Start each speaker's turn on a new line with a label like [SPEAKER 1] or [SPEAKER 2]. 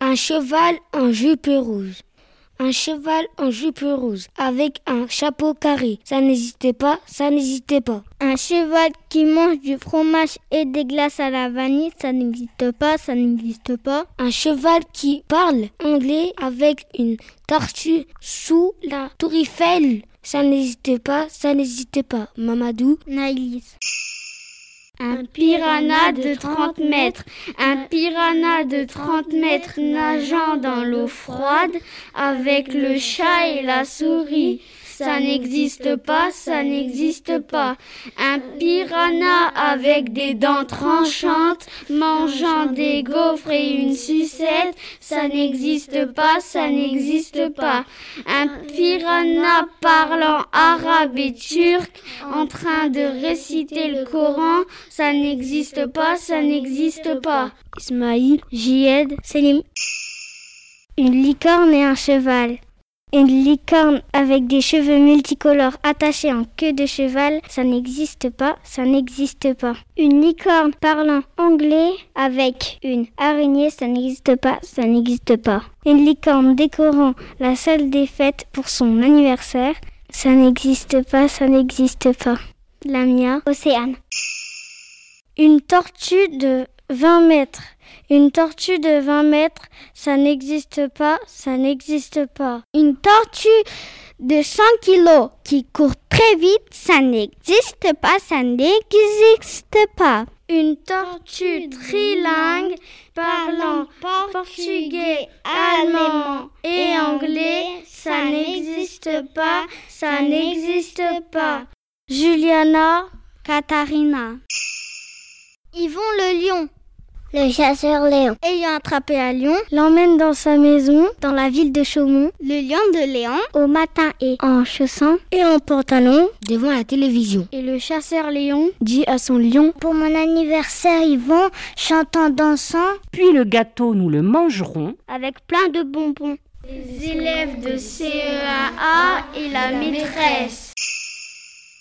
[SPEAKER 1] Un cheval en jupe rouge. Un cheval en jupe rouge avec un chapeau carré. Ça n'existait pas, ça n'existait pas.
[SPEAKER 2] Un cheval qui mange du fromage et des glaces à la vanille, ça n'existe pas, ça n'existe pas.
[SPEAKER 1] Un cheval qui parle anglais avec une tortue sous la tour Eiffel. Ça n'existait pas, ça n'existait pas. Mamadou.
[SPEAKER 2] Naïlis.
[SPEAKER 3] Un piranha de 30 mètres, un piranha de 30 mètres nageant dans l'eau froide avec le chat et la souris. Ça n'existe pas, ça n'existe pas. Un piranha avec des dents tranchantes, mangeant des gaufres et une sucette. Ça n'existe pas, ça n'existe pas. Un piranha parlant arabe et turc, en train de réciter le Coran. Ça n'existe pas, ça n'existe pas.
[SPEAKER 2] Ismaïl, Jied, Selim. Une licorne et un cheval. Une licorne avec des cheveux multicolores attachés en queue de cheval, ça n'existe pas, ça n'existe pas. Une licorne parlant anglais avec une araignée, ça n'existe pas, ça n'existe pas. Une licorne décorant la salle des fêtes pour son anniversaire, ça n'existe pas, ça n'existe pas. Lamia, Océane. Une tortue de 20 mètres. Une tortue de 20 mètres, ça n'existe pas, ça n'existe pas. Une tortue de 100 kilos qui court très vite, ça n'existe pas, ça n'existe pas. Une tortue trilingue parlant portugais, allemand et anglais, ça n'existe pas, ça n'existe pas. Juliana, Katharina. Yvon le lion.
[SPEAKER 4] Le chasseur Léon,
[SPEAKER 2] ayant attrapé un lion, l'emmène dans sa maison, dans la ville de Chaumont. Le lion de Léon, au matin et en chaussant et en pantalon,
[SPEAKER 1] devant la télévision.
[SPEAKER 2] Et le chasseur Léon dit à son lion:
[SPEAKER 4] pour mon anniversaire, Yvon, chantant, dansant.
[SPEAKER 5] Puis le gâteau, nous le mangerons
[SPEAKER 2] avec plein de bonbons.
[SPEAKER 3] Les élèves de CE1A et la maîtresse.